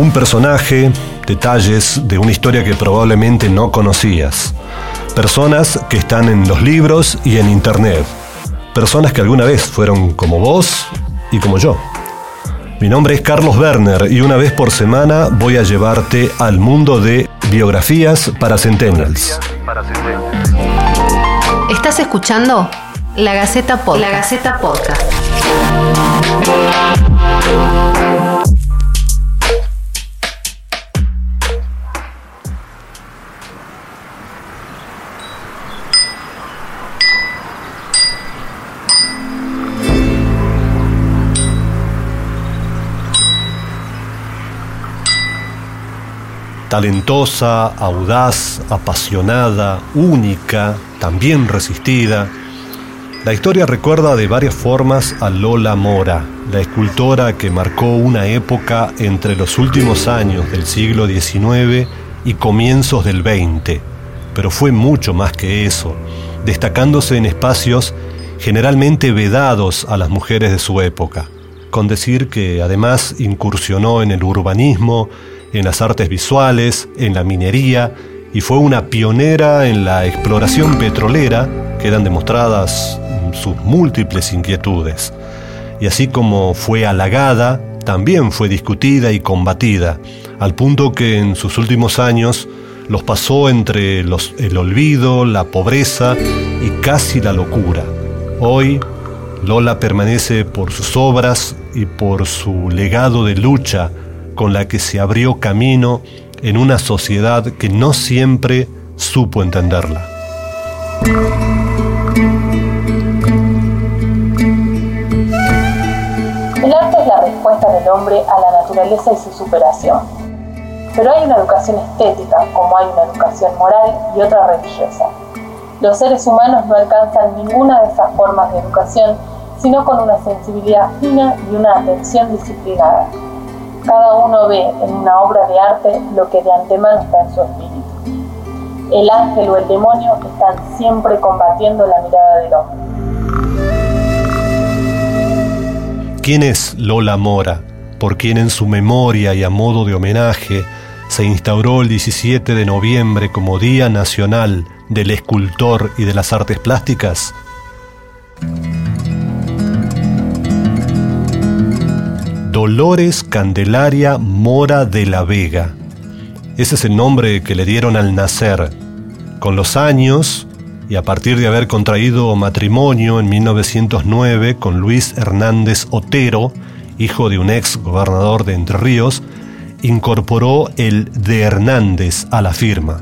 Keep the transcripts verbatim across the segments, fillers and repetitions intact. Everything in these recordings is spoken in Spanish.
Un personaje, detalles de una historia que probablemente no conocías. Personas que están en los libros y en internet. Personas que alguna vez fueron como vos y como yo. Mi nombre es Carlos Werner y una vez por semana voy a llevarte al mundo de biografías para Centennials. ¿Estás escuchando? La Gaceta Podcast. La Gaceta Podcast. Talentosa, audaz, apasionada, única, también resistida. La historia recuerda de varias formas a Lola Mora, la escultora que marcó una época entre los últimos años del siglo diecinueve y comienzos del veinte, pero fue mucho más que eso, destacándose en espacios generalmente vedados a las mujeres de su época, con decir que además incursionó en el urbanismo, en las artes visuales, en la minería, y fue una pionera en la exploración petrolera. Quedan demostradas sus múltiples inquietudes. Y así como fue halagada, también fue discutida y combatida, al punto que en sus últimos años los pasó entre los, el olvido, la pobreza y casi la locura. Hoy, Lola permanece por sus obras y por su legado de lucha con la que se abrió camino en una sociedad que no siempre supo entenderla. El arte es la respuesta del hombre a la naturaleza y su superación. Pero hay una educación estética, como hay una educación moral y otra religiosa. Los seres humanos no alcanzan ninguna de esas formas de educación, sino con una sensibilidad fina y una atención disciplinada. Cada uno ve en una obra de arte lo que de antemano está en su espíritu. El ángel o el demonio están siempre combatiendo la mirada del hombre. ¿Quién es Lola Mora? Por quien en su memoria y a modo de homenaje se instauró el diecisiete de noviembre como Día Nacional del Escultor y de las Artes Plásticas. Dolores Candelaria Mora de la Vega. Ese es el nombre que le dieron al nacer. Con los años, y a partir de haber contraído matrimonio en mil novecientos nueve con Luis Hernández Otero, hijo de un ex gobernador de Entre Ríos, incorporó el de Hernández a la firma.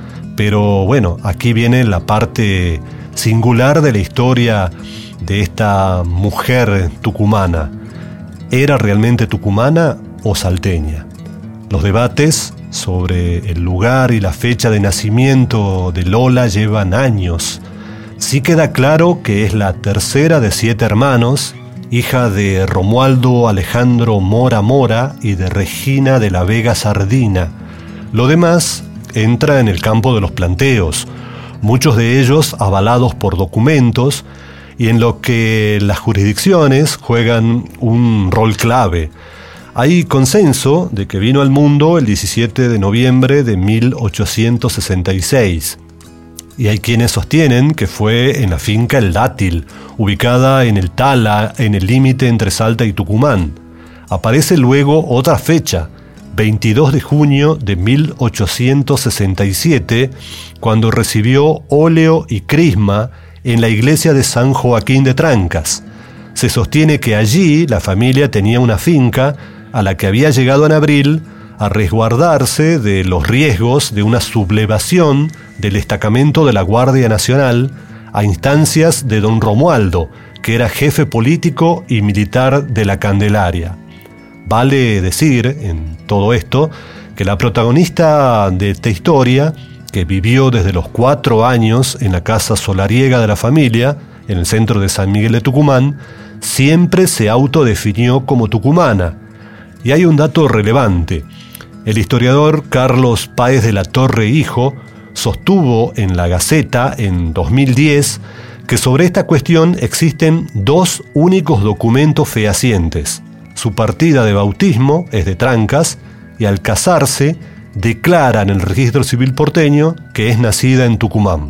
Pero bueno, aquí viene la parte singular de la historia de esta mujer tucumana. ¿Era realmente tucumana o salteña? Los debates sobre el lugar y la fecha de nacimiento de Lola llevan años. Sí queda claro que es la tercera de siete hermanos, hija de Romualdo Alejandro Mora Mora y de Regina de la Vega Sardina. Lo demás entra en el campo de los planteos, muchos de ellos avalados por documentos, y en lo que las jurisdicciones juegan un rol clave. Hay consenso de que vino al mundo el diecisiete de noviembre de mil ochocientos sesenta y seis, y hay quienes sostienen que fue en la finca El Dátil, ubicada en el Tala, en el límite entre Salta y Tucumán. Aparece luego otra fecha, veintidós de junio de mil ochocientos sesenta y siete, cuando recibió óleo y crisma en la iglesia de San Joaquín de Trancas. Se sostiene que allí la familia tenía una finca a la que había llegado en abril a resguardarse de los riesgos de una sublevación del destacamento de la Guardia Nacional a instancias de don Romualdo, que era jefe político y militar de la Candelaria. Vale decir, en todo esto, que la protagonista de esta historia, que vivió desde los cuatro años en la casa solariega de la familia, en el centro de San Miguel de Tucumán, siempre se autodefinió como tucumana. Y hay un dato relevante. El historiador Carlos Páez de la Torre Hijo sostuvo en La Gaceta en dos mil diez que sobre esta cuestión existen dos únicos documentos fehacientes. Su partida de bautismo es de Trancas y al casarse declara en el registro civil porteño que es nacida en Tucumán.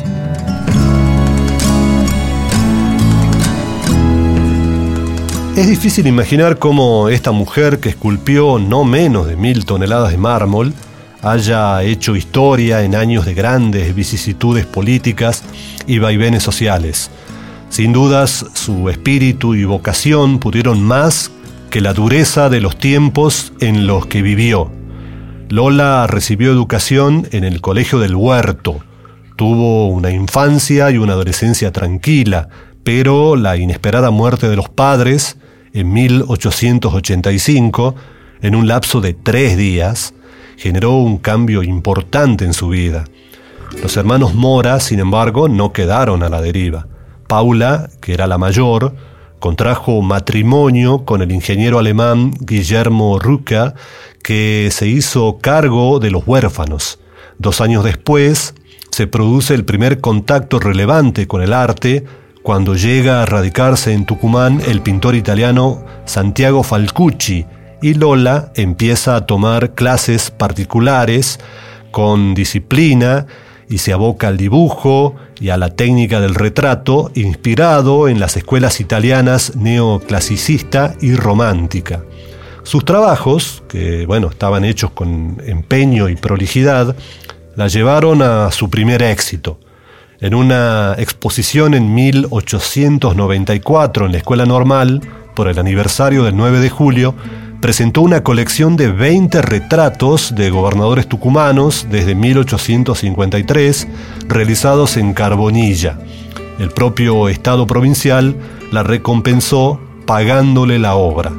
Es difícil imaginar cómo esta mujer que esculpió no menos de mil toneladas de mármol haya hecho historia en años de grandes vicisitudes políticas y vaivenes sociales. Sin dudas, su espíritu y vocación pudieron más que la dureza de los tiempos en los que vivió. Lola recibió educación en el Colegio del Huerto. Tuvo una infancia y una adolescencia tranquila, pero la inesperada muerte de los padres en mil ochocientos ochenta y cinco, en un lapso de tres días, generó un cambio importante en su vida. Los hermanos Mora, sin embargo, no quedaron a la deriva. Paula, que era la mayor, contrajo matrimonio con el ingeniero alemán Guillermo Rücker, que se hizo cargo de los huérfanos. Dos años después, se produce el primer contacto relevante con el arte, cuando llega a radicarse en Tucumán el pintor italiano Santiago Falcucci, y Lola empieza a tomar clases particulares con disciplina y se aboca al dibujo y a la técnica del retrato, inspirado en las escuelas italianas neoclasicista y romántica. Sus trabajos, que bueno, estaban hechos con empeño y prolijidad, la llevaron a su primer éxito. En una exposición en mil ochocientos noventa y cuatro en la Escuela Normal, por el aniversario del nueve de julio, presentó una colección de veinte retratos de gobernadores tucumanos desde mil ochocientos cincuenta y tres, realizados en Carbonilla. El propio Estado provincial la recompensó pagándole la obra.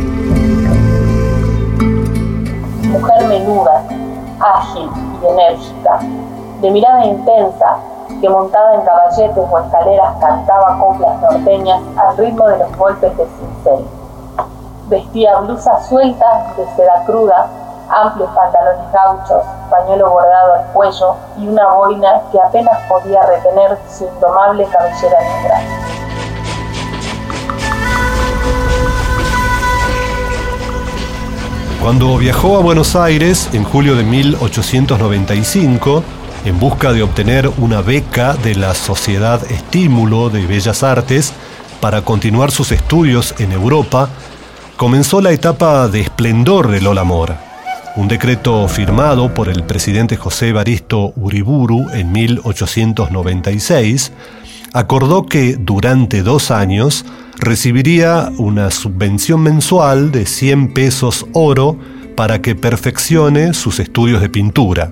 Mujer menuda, ágil y enérgica, de mirada intensa, que montada en caballetes o escaleras cantaba coplas norteñas al ritmo de los golpes de cincel. Vestía blusas sueltas de seda cruda, amplios pantalones gauchos, pañuelo bordado al cuello y una boina que apenas podía retener su indomable cabellera negra. Cuando viajó a Buenos Aires en julio de mil ochocientos noventa y cinco, en busca de obtener una beca de la Sociedad Estímulo de Bellas Artes para continuar sus estudios en Europa, comenzó la etapa de esplendor de Lola Mora. Un decreto firmado por el presidente José Evaristo Uriburu en mil ochocientos noventa y seis acordó que durante dos años recibiría una subvención mensual de cien pesos oro para que perfeccione sus estudios de pintura.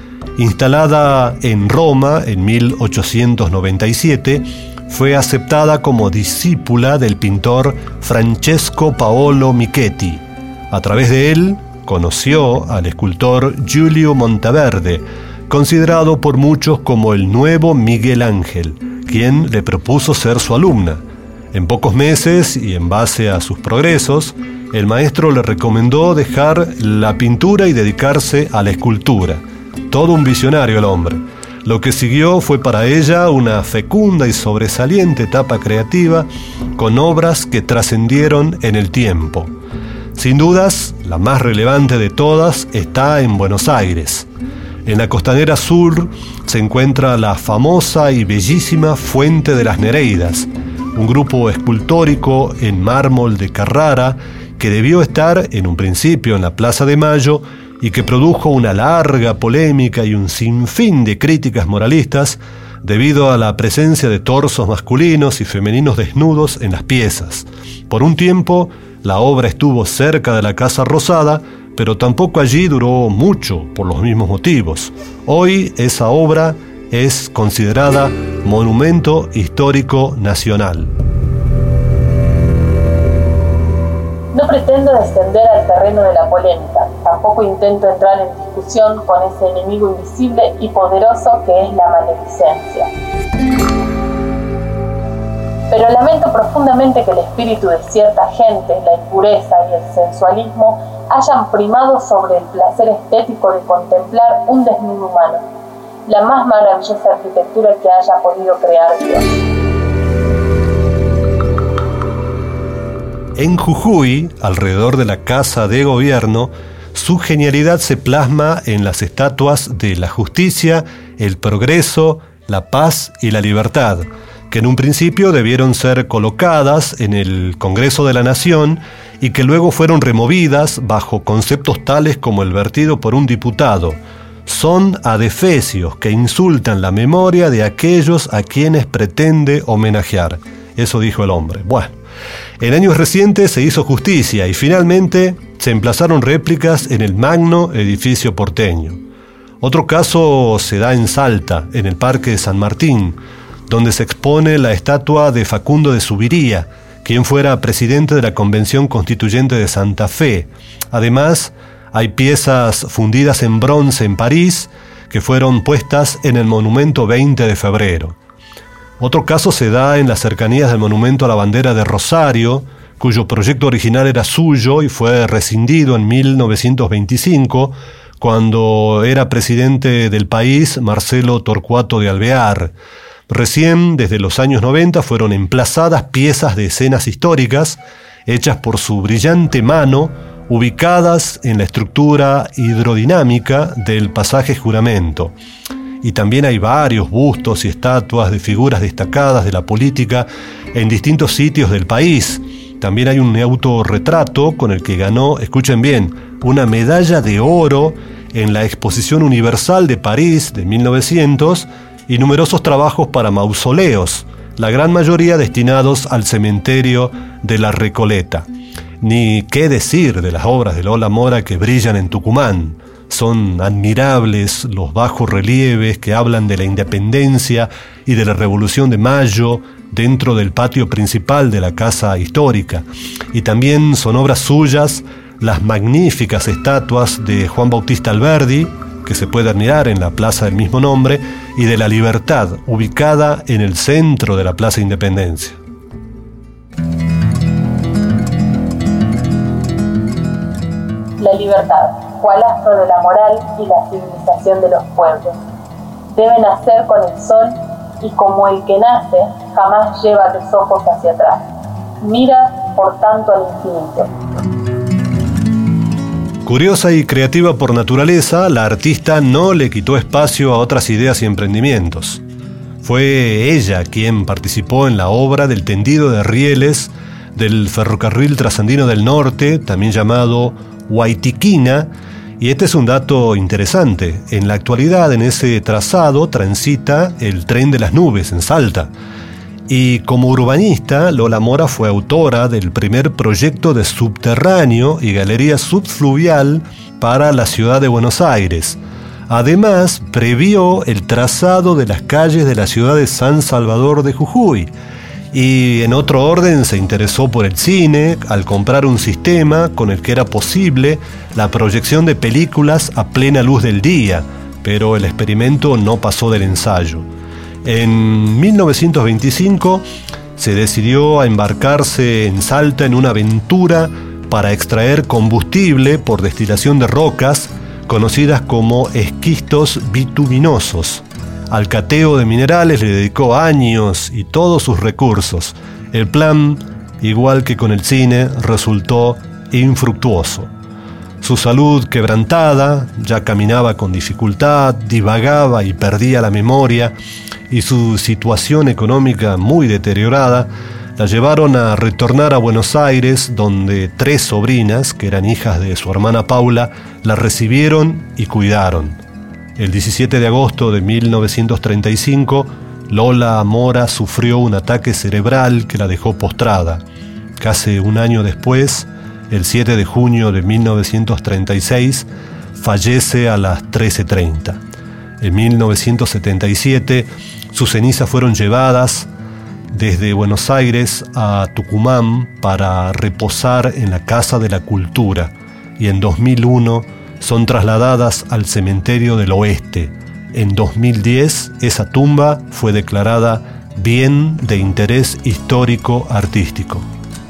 Instalada en Roma en mil ochocientos noventa y siete, fue aceptada como discípula del pintor Francesco Paolo Michetti. A través de él conoció al escultor Giulio Monteverde, considerado por muchos como el nuevo Miguel Ángel, quien le propuso ser su alumna. En pocos meses y en base a sus progresos, el maestro le recomendó dejar la pintura y dedicarse a la escultura. Todo un visionario el hombre. Lo que siguió fue para ella una fecunda y sobresaliente etapa creativa con obras que trascendieron en el tiempo. Sin dudas, la más relevante de todas está en Buenos Aires. En la costanera sur se encuentra la famosa y bellísima Fuente de las Nereidas, un grupo escultórico en mármol de Carrara que debió estar en un principio en la Plaza de Mayo y que produjo una larga polémica y un sinfín de críticas moralistas debido a la presencia de torsos masculinos y femeninos desnudos en las piezas. Por un tiempo, la obra estuvo cerca de la Casa Rosada, pero tampoco allí duró mucho por los mismos motivos. Hoy esa obra es considerada Monumento Histórico Nacional. No pretendo descender al terreno de la polémica, tampoco intento entrar en discusión con ese enemigo invisible y poderoso que es la maledicencia. Pero lamento profundamente que el espíritu de cierta gente, la impureza y el sensualismo hayan primado sobre el placer estético de contemplar un desnudo humano, la más maravillosa arquitectura que haya podido crear Dios. En Jujuy, alrededor de la Casa de Gobierno, su genialidad se plasma en las estatuas de la justicia, el progreso, la paz y la libertad, que en un principio debieron ser colocadas en el Congreso de la Nación y que luego fueron removidas bajo conceptos tales como el vertido por un diputado. Son adefesios que insultan la memoria de aquellos a quienes pretende homenajear. Eso dijo el hombre. Bueno, en años recientes se hizo justicia y finalmente se emplazaron réplicas en el magno edificio porteño. Otro caso se da en Salta, en el Parque de San Martín, donde se expone la estatua de Facundo de Zuviría, quien fuera presidente de la Convención Constituyente de Santa Fe. Además, hay piezas fundidas en bronce en París que fueron puestas en el monumento veinte de febrero. Otro caso se da en las cercanías del monumento a la bandera de Rosario, cuyo proyecto original era suyo y fue rescindido en mil novecientos veinticinco, cuando era presidente del país Marcelo Torcuato de Alvear. Recién, desde los años noventa, fueron emplazadas piezas de escenas históricas, hechas por su brillante mano, ubicadas en la estructura hidrodinámica del pasaje Juramento. Y también hay varios bustos y estatuas de figuras destacadas de la política en distintos sitios del país. También hay un autorretrato con el que ganó, escuchen bien, una medalla de oro en la Exposición Universal de París de mil novecientos y numerosos trabajos para mausoleos, la gran mayoría destinados al cementerio de la Recoleta. Ni qué decir de las obras de Lola Mora que brillan en Tucumán. Son admirables los bajos relieves que hablan de la independencia y de la Revolución de Mayo dentro del patio principal de la casa histórica. Y también son obras suyas las magníficas estatuas de Juan Bautista Alberdi, que se puede admirar en la plaza del mismo nombre, y de la Libertad, ubicada en el centro de la Plaza Independencia. La libertad, cual astro de la moral y la civilización de los pueblos, debe nacer con el sol y como el que nace jamás lleva los ojos hacia atrás. Mira, por tanto, al infinito. Curiosa y creativa por naturaleza, la artista no le quitó espacio a otras ideas y emprendimientos. Fue ella quien participó en la obra del tendido de rieles del Ferrocarril Trasandino del Norte, también llamado Guaitiquina, y este es un dato interesante. En la actualidad, en ese trazado transita el tren de las nubes en Salta. Y como urbanista, Lola Mora fue autora del primer proyecto de subterráneo y galería subfluvial para la ciudad de Buenos Aires. Además, previó el trazado de las calles de la ciudad de San Salvador de Jujuy. Y en otro orden se interesó por el cine al comprar un sistema con el que era posible la proyección de películas a plena luz del día, pero el experimento no pasó del ensayo. En mil novecientos veinticinco se decidió a embarcarse en Salta en una aventura para extraer combustible por destilación de rocas conocidas como esquistos bituminosos. Al cateo de minerales le dedicó años y todos sus recursos. El plan, igual que con el cine, resultó infructuoso. Su salud quebrantada, ya caminaba con dificultad, divagaba y perdía la memoria, y su situación económica muy deteriorada la llevaron a retornar a Buenos Aires, donde tres sobrinas, que eran hijas de su hermana Paula, la recibieron y cuidaron. El diecisiete de agosto de mil novecientos treinta y cinco, Lola Mora sufrió un ataque cerebral que la dejó postrada. Casi un año después, el siete de junio de mil novecientos treinta y seis, fallece a las trece treinta. En mil novecientos setenta y siete, sus cenizas fueron llevadas desde Buenos Aires a Tucumán para reposar en la Casa de la Cultura, y en dos mil uno son trasladadas al Cementerio del Oeste. En dos mil diez, esa tumba fue declarada Bien de Interés Histórico Artístico.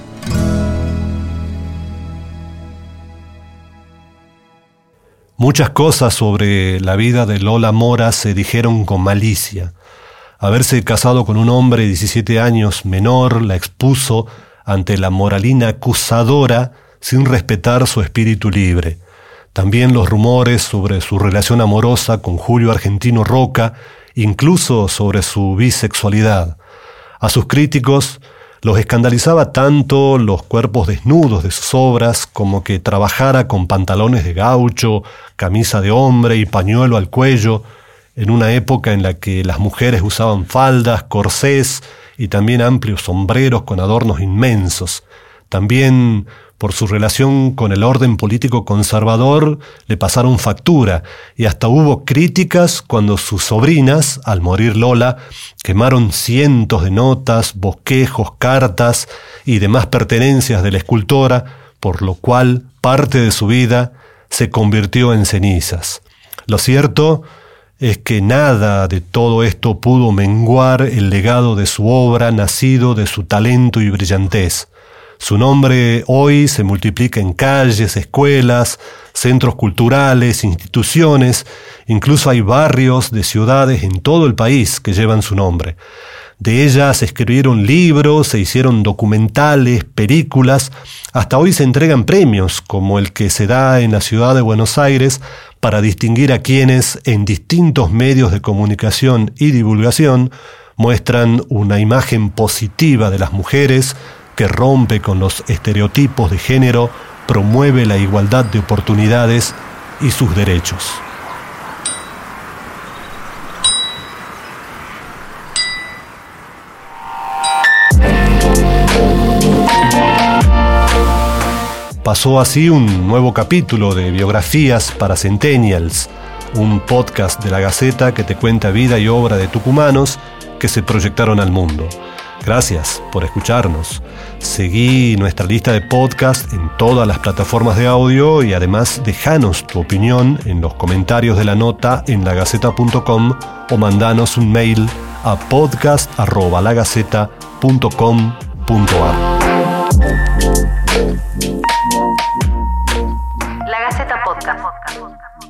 Muchas cosas sobre la vida de Lola Mora se dijeron con malicia. Haberse casado con un hombre de diecisiete años menor la expuso ante la moralina acusadora sin respetar su espíritu libre. También los rumores sobre su relación amorosa con Julio Argentino Roca, incluso sobre su bisexualidad. A sus críticos los escandalizaba tanto los cuerpos desnudos de sus obras como que trabajara con pantalones de gaucho, camisa de hombre y pañuelo al cuello, en una época en la que las mujeres usaban faldas, corsés y también amplios sombreros con adornos inmensos. También, por su relación con el orden político conservador, le pasaron factura y hasta hubo críticas cuando sus sobrinas, al morir Lola, quemaron cientos de notas, bosquejos, cartas y demás pertenencias de la escultora, por lo cual parte de su vida se convirtió en cenizas. Lo cierto es que nada de todo esto pudo menguar el legado de su obra, nacido de su talento y brillantez. Su nombre hoy se multiplica en calles, escuelas, centros culturales, instituciones, incluso hay barrios de ciudades en todo el país que llevan su nombre. De ella se escribieron libros, se hicieron documentales, películas, hasta hoy se entregan premios, como el que se da en la ciudad de Buenos Aires para distinguir a quienes, en distintos medios de comunicación y divulgación, muestran una imagen positiva de las mujeres, que rompe con los estereotipos de género, promueve la igualdad de oportunidades y sus derechos. Pasó así un nuevo capítulo de Biografías para Centennials, un podcast de La Gaceta que te cuenta vida y obra de tucumanos que se proyectaron al mundo. Gracias por escucharnos. Seguí nuestra lista de podcast en todas las plataformas de audio y además dejanos tu opinión en los comentarios de la nota en lagaceta punto com o mandanos un mail a podcast arroba lagaceta punto com punto ar. La Gaceta Podcast.